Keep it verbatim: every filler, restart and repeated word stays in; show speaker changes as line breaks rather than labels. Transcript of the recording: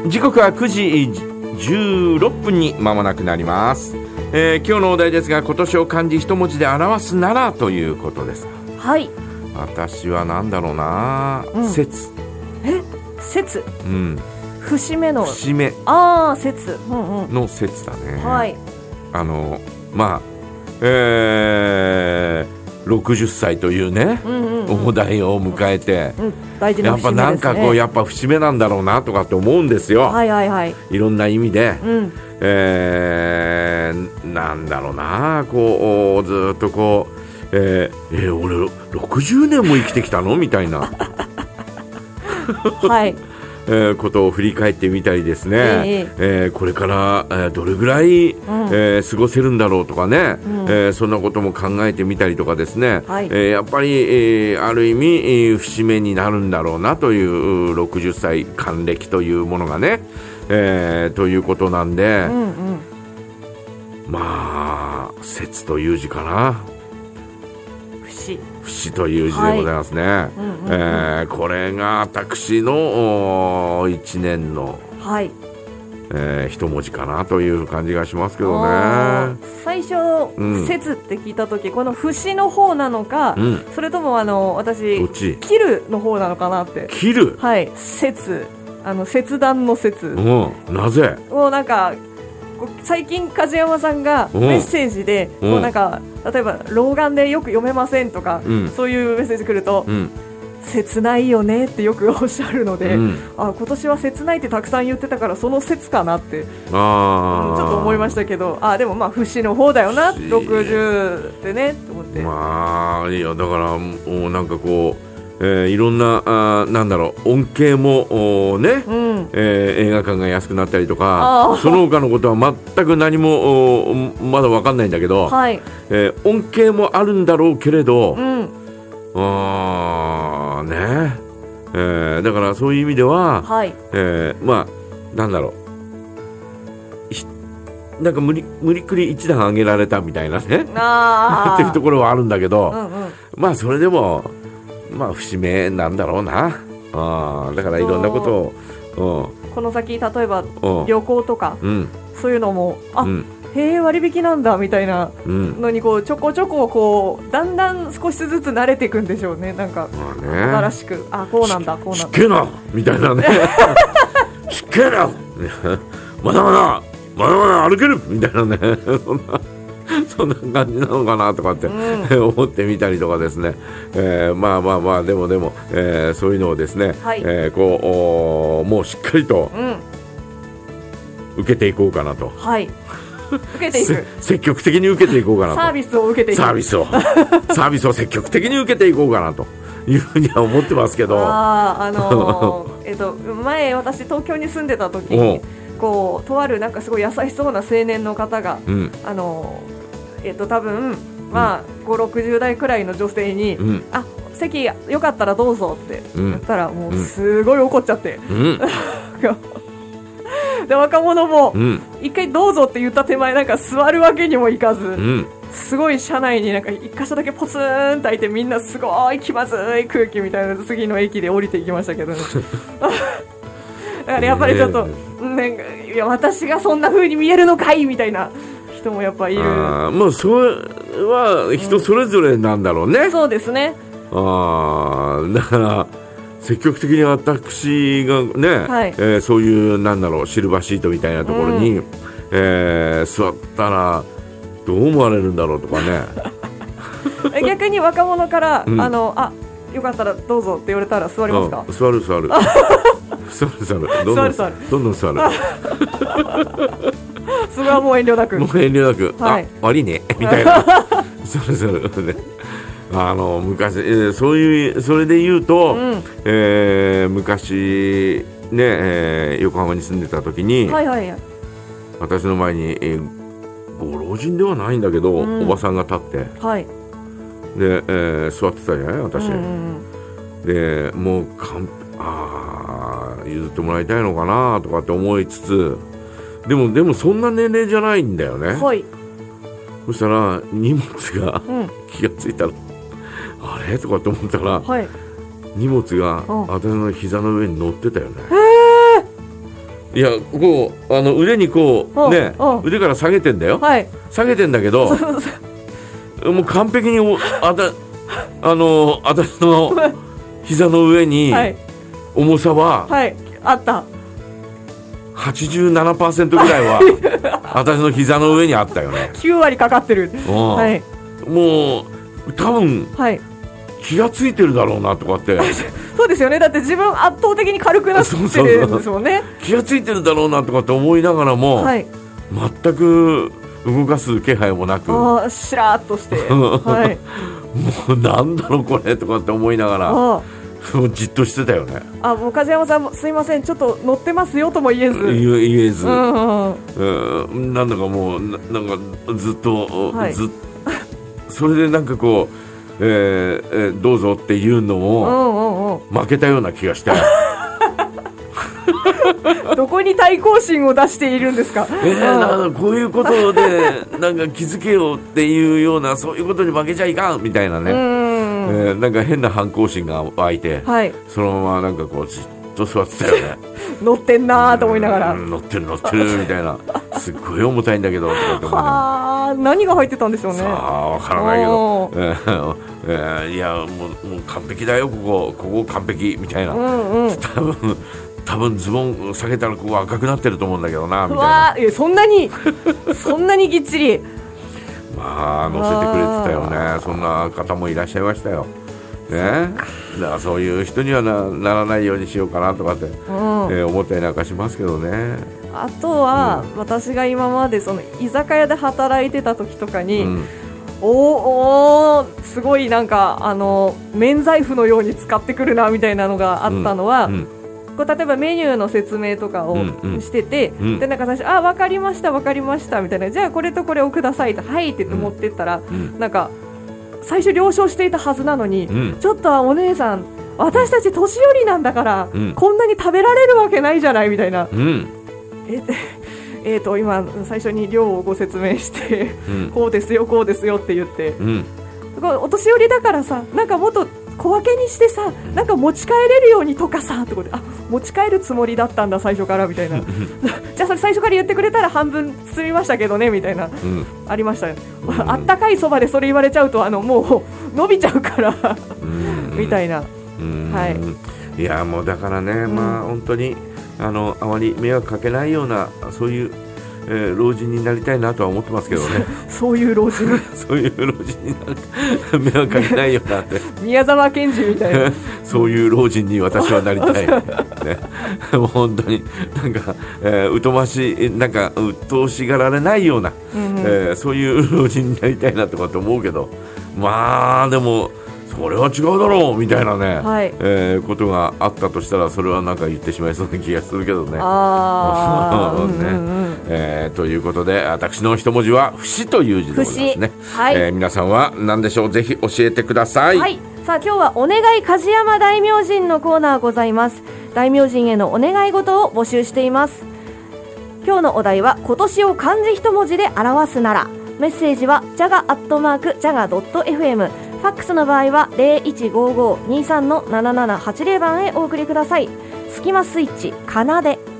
時刻はくじじゅうろっぷんに間もなくなります、えー、今日のお題ですが、今年を漢字一文字で表すならということです。
はい。
私は何だろうな、
うん、
節。
え節、
うん、
節目の
節目
ああ節、うんうん、
の節だね。
はい。
あのまあえー、ろくじゅっさいというね、うんうんうん、お題を迎えて、うんうん、
大事な節目ですね。
やっぱなんかこうやっぱ節目なんだろうなとかって思うんですよ。
はいはいはい。
いろんな意味で、
うん、
えー、なんだろうな、こうずっとこう、えー、えー、俺ろくじゅうねんも生きてきたのみたいな
はい。
えー、ことを振り返ってみたりですね、
え
えー、これから、えー、どれぐらい、うん、えー、過ごせるんだろうとかね、うん、えー、そんなことも考えてみたりとかですね、はい、えー、やっぱり、えー、ある意味、えー、節目になるんだろうなというろくじゅっさい還暦というものがね、えー、ということなんで、うんうん、まあ節という字かな。
節
節という字でございますね、はい、うんうんうん、えー、これが私のいちねんの、はい、えー、一文字かなという感じがしますけどね。
最初、うん、節って聞いたとき、この節の方なのか、うん、それともあの私切るの方なのかなって。
切る、
はい、節、あの切断の節、
うん、なぜ
もうなんか最近梶山さんがメッセージで、うん、こうなんか例えば老眼でよく読めませんとか、うん、そういうメッセージ来ると、うん、切ないよねってよくおっしゃるので、うん、あ、今年は切ないってたくさん言ってたからその節かなって、あ、うん、ちょっと思いましたけど、あ、でもまあ節の方だよな、ろくじゅうってねと思って、
まあいやだからもうなんかこう、えー、いろんな、あ、なんだろう、恩恵もね、うん、えー、映画館が安くなったりとか、その他のことは全く何もまだ分かんないんだけど、はい、えー、恩恵もあるんだろうけれど、うん、あね、えー、だからそういう意味では、はい、えー、まあなんだろう、なんか無理無理くり一段上げられたみたいなねっていうところはあるんだけど、うんうん、まあそれでもまあ節目なんだろうな。あ、だからいろんなことを、うん、
この先例えば旅行とか、うん、そういうのもあ、うん、へえ割引なんだみたいなのにこうちょこちょここうだんだん少しずつ慣れていくんでしょうね。なんか、まあね、新しく、あ、こうなんだこうなんだ、
しっけなみたいなねしっけなまだまだまだまだ歩けるみたいなねそんな感じなのかなとかって、うん、思ってみたりとかですね、えー、まあまあまあでもでも、えー、そういうのをですね、はい、えー、こうもうしっかりと受けていこうかなと、
はい、受けていく
積極的に受けていこうかなと、
サービスを受けていく
サービスをサービスを積極的に受けていこうかなというふうには思ってますけど、
あ、あのーえっと、前私東京に住んでた時にこうとあるなんかすごい優しそうな青年の方が、うん、あのーえっと、多分、まあ、ご、ろくじゅう代くらいの女性に、うん、あ、席よかったらどうぞって言ったら、うん、もうすごい怒っちゃって、うん、で若者も、うん、一回どうぞって言った手前なんか座るわけにもいかず、うん、すごい車内になんか一箇所だけポツンと開いてみんなすごい気まずい空気みたいな、次の駅で降りていきましたけどねだからやっぱりちょっと、えー、なんかいや私がそんな風に見えるのかいみたいな人もやっぱいる。
あ、もうそれは人それぞれなんだろうね、うん、
そうですね。
あ、だから積極的に私がね、はい、えー、そういうなんだろうシルバーシートみたいなところに、うん、えー、座ったらどう思われるんだろうとかね
逆に若者から、うん、あのあよかったらどうぞって言われたら座りますか？
座る座る座る座るどんどん座るどんどん座る
それはもう遠慮なく
もう遠慮なく、はい、あ、悪いねみたいなそれそれね、あの昔、えー、そういうそれで言うと、うん、えー、昔ね、えー、横浜に住んでた時に、はいはいはい、私の前に、えー、ご老人ではないんだけど、うん、おばさんが立って、はい、で、えー、座ってたじゃない私、うん、でもうかんあ譲ってもらいたいのかなとかって思いつつ、でもでもそんな年齢じゃないんだよね、はい、そしたら荷物が、うん、気がついたらあれとかって思ったら、はい、荷物が私の膝の上に乗ってたよね。 いやこうあの腕にこうね腕から下げてんだよ、はい、下げてんだけどもう完璧におあたあの私の膝の上に重さは、
はい、あった
はちじゅうななパーセント ぐらいは私の膝の上にあったよね。
きゅうわりかかってる、
はい、もう多分、はい、気がついてるだろうなとかって
そうですよね。だって自分圧倒的に軽くなってるんですもんね。
気がついてるだろうなとかって思いながらも、はい、全く動かす気配もなく
あしらーっとして、はい、
もうなんだろうこれとかって思いながらもうじっとしてたよね。
あもう梶山さんもすいませんちょっと乗ってますよとも言えず
言えず、うんうんうん、なんだかもう な, なんかずっと、はい、ずそれでなんかこうえーえー、どうぞっていうのを負けたような気がして
どこに対抗心を出しているんですか。
えー、なんかこういうことでなんか気づけようっていうようなそういうことに負けちゃいかんみたいなね、うん、えー、なんか変な反抗心が湧いて、はい、そのままなんかこうじっと座ってたよね
乗ってんなと思いながら
乗ってる乗ってるみたいなすっごい重たいんだけどとかって思いながら
あ何が入ってたんでしょうね。
さあ分からないけど、えーえー、いやもう、もう完璧だよここここ完璧みたいな、うんうん、多分多分ズボン下げたらここ赤くなってると思うんだけどなみたいな。うわ
えそんなにそんなにぎっちり
まあ乗せてくれてたよね。そんな方もいらっしゃいましたよね。だからそういう人には な, ならないようにしようかなとかって、うんえー、思ったりなんかしますけどね。
あとは、うん、私が今までその居酒屋で働いてた時とかに、うん、おおすごいなんかあの免罪符のように使ってくるなみたいなのがあったのは、うんうん、こう例えばメニューの説明とかをしてて、うんうん、でなんか最初あ分かりました分かりましたみたいなじゃあこれとこれをくださいとはいって言って持ってったら、うんうん、なんか最初了承していたはずなのに、うん、ちょっとお姉さん私たち年寄りなんだから、うん、こんなに食べられるわけないじゃないみたいな、うん、ええー、と今最初に量をご説明して、うん、こうですよこうですよって言って、うん、お年寄りだからさなんかもっと小分けにしてさなんか持ち帰れるようにとかさってことであ持ち帰るつもりだったんだ最初からみたいなじゃあそれ最初から言ってくれたら半分包みましたけどねみたいな、うん、ありましたよ、うん、あったかいそばでそれ言われちゃうとあのもう伸びちゃうからみたいな、はい、
いやもうだからね、うん、まあ本当にあのあまり迷惑かけないようなそういう、えー、老人になりたいなとは思ってますけどね
そういう老人
そういう老人になる迷惑かけないよなって
宮沢賢治みたいな
そういう老人に私はなりたい、ね、もう本当になんか、えー、疎ましいなんか鬱陶しがられないような、うんうんえー、そういう老人になりたいなとかって思うけどまあでもそれは違うだろうみたいなね、はいえー、ことがあったとしたらそれはなんか言ってしまいそうな気がするけどね。あねうんうんえー、ということで私の一文字は節という字でございますね、はいえー、皆さんは何でしょうぜひ教えてください、はい、
さあ今日はお願い梶山大明神のコーナーございます。大明神へのお願い事を募集しています。今日のお題は今年を漢字一文字で表すならメッセージは ジャガ アットマーク ジャガ ドット エフエムファックスの場合は ゼロいちごーごーにーさん のななななはちゼロ番へお送りください。スキマスイッチ奏で